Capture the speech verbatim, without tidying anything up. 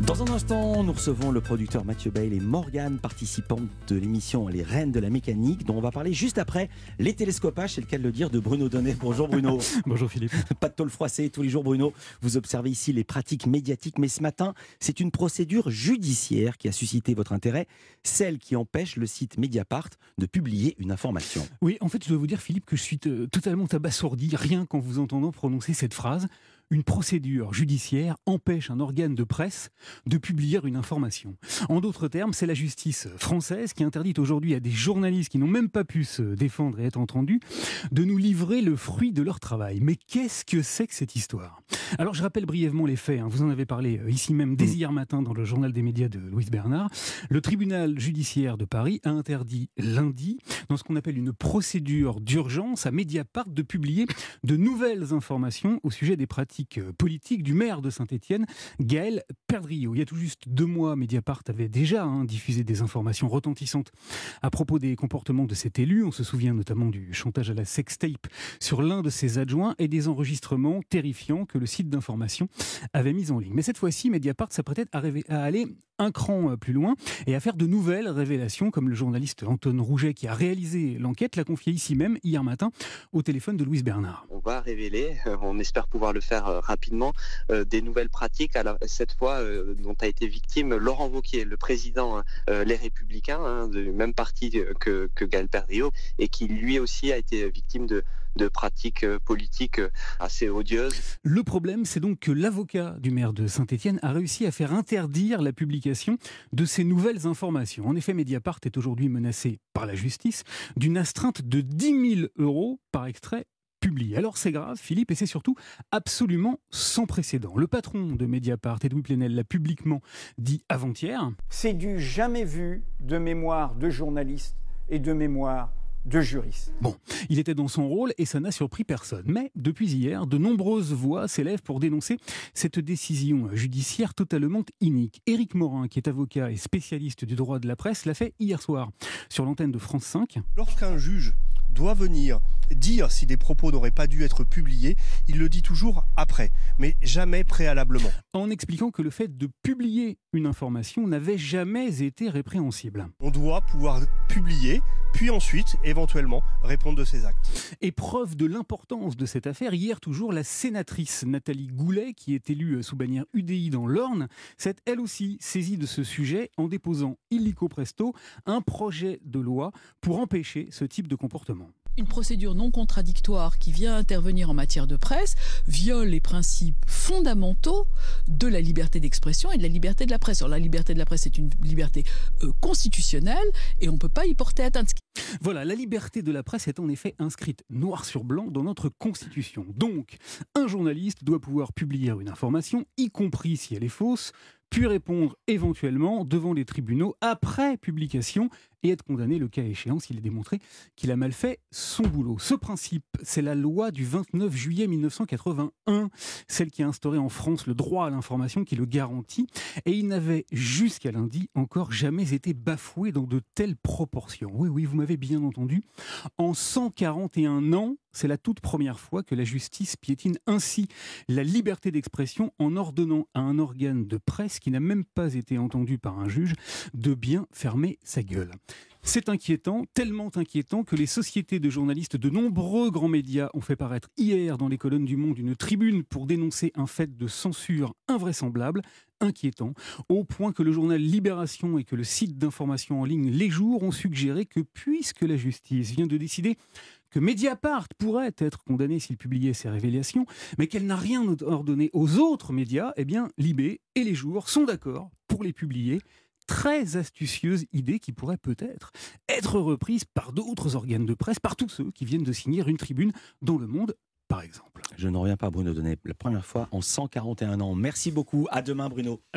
Dans un instant, nous recevons le producteur Mathieu Bayle et Morgane, participante de l'émission Les Reines de la Mécanique, dont on va parler juste après les télescopages, c'est le cas de le dire, de Bruno Donnet. Bonjour Bruno. Bonjour Philippe. Pas de tôle froissée tous les jours Bruno. Vous observez ici les pratiques médiatiques, mais ce matin, c'est une procédure judiciaire qui a suscité votre intérêt, celle qui empêche le site Mediapart de publier une information. Oui, en fait, je dois vous dire Philippe que je suis t- totalement abasourdi, rien qu'en vous entendant prononcer cette phrase. Une procédure judiciaire empêche un organe de presse de publier une information. En d'autres termes, c'est la justice française qui interdit aujourd'hui à des journalistes qui n'ont même pas pu se défendre et être entendus de nous livrer le fruit de leur travail. Mais qu'est-ce que c'est que cette histoire ? Alors je rappelle brièvement les faits, hein. Vous en avez parlé ici même dès hier matin dans le journal des médias de Louise Bernard. Le tribunal judiciaire de Paris a interdit lundi, dans ce qu'on appelle une procédure d'urgence, à Mediapart de publier de nouvelles informations au sujet des pratiques politique du maire de Saint-Étienne, Gaël Perdriau. Il y a tout juste deux mois, Mediapart avait déjà hein, diffusé des informations retentissantes à propos des comportements de cet élu. On se souvient notamment du chantage à la sextape sur l'un de ses adjoints et des enregistrements terrifiants que le site d'information avait mis en ligne. Mais cette fois-ci, Mediapart s'apprêtait à, rêver, à aller un cran plus loin et à faire de nouvelles révélations, comme le journaliste Anton Rouget qui a réalisé l'enquête l'a confié ici même hier matin au téléphone de Louise Bernard. On va révéler, on espère pouvoir le faire rapidement, euh, des nouvelles pratiques, alors, cette fois euh, dont a été victime Laurent Wauquiez, le président euh, Les Républicains, hein, du même parti que, que Gaël Perdriau, et qui lui aussi a été victime de, de pratiques politiques assez odieuses. Le problème, c'est donc que l'avocat du maire de Saint-Étienne a réussi à faire interdire la publication de ces nouvelles informations. En effet, Mediapart est aujourd'hui menacé par la justice d'une astreinte de dix mille euros par extrait publié. Alors c'est grave, Philippe, et c'est surtout absolument sans précédent. Le patron de Mediapart, Edoui Plenel, l'a publiquement dit avant-hier. C'est du jamais vu de mémoire de journaliste et de mémoire de juriste. Bon, il était dans son rôle et ça n'a surpris personne. Mais depuis hier, de nombreuses voix s'élèvent pour dénoncer cette décision judiciaire totalement inique. Éric Morin, qui est avocat et spécialiste du droit de la presse, l'a fait hier soir sur l'antenne de France cinq. Lorsqu'un juge doit venir dire si des propos n'auraient pas dû être publiés, il le dit toujours après, mais jamais préalablement. En expliquant que le fait de publier une information n'avait jamais été répréhensible. On doit pouvoir publier, puis ensuite, éventuellement, répondre de ses actes. Et preuve de l'importance de cette affaire, hier toujours, la sénatrice Nathalie Goulet, qui est élue sous bannière U D I dans l'Orne, s'est elle aussi saisie de ce sujet en déposant illico presto un projet de loi pour empêcher ce type de comportement. Une procédure non contradictoire qui vient intervenir en matière de presse viole les principes fondamentaux de la liberté d'expression et de la liberté de la presse. Alors la liberté de la presse est une liberté euh, constitutionnelle et on ne peut pas y porter atteinte. Voilà, la liberté de la presse est en effet inscrite noir sur blanc dans notre Constitution. Donc, un journaliste doit pouvoir publier une information, y compris si elle est fausse, puis répondre éventuellement devant les tribunaux après publication et être condamné le cas échéant s'il est démontré qu'il a mal fait son boulot. Ce principe, c'est la loi du vingt-neuf juillet mille neuf cent quatre-vingt-un, celle qui a instauré en France le droit à l'information qui le garantit, et il n'avait jusqu'à lundi encore jamais été bafoué dans de telles proportions. Oui, oui, vous m'avez bien entendu. En cent quarante et un ans, c'est la toute première fois que la justice piétine ainsi la liberté d'expression en ordonnant à un organe de presse qui n'a même pas été entendu par un juge de bien fermer sa gueule. C'est inquiétant, tellement inquiétant que les sociétés de journalistes de nombreux grands médias ont fait paraître hier dans les colonnes du Monde une tribune pour dénoncer un fait de censure invraisemblable, inquiétant, au point que le journal Libération et que le site d'information en ligne Les Jours ont suggéré que puisque la justice vient de décider que Mediapart pourrait être condamné s'il publiait ces révélations, mais qu'elle n'a rien ordonné aux autres médias, eh bien Libé et Les Jours sont d'accord pour les publier. Très astucieuse idée qui pourrait peut-être être reprise par d'autres organes de presse, par tous ceux qui viennent de signer une tribune dans Le Monde, par exemple. Je ne reviens pas Bruno Donnet, la première fois en cent quarante et un ans. Merci beaucoup, à demain Bruno.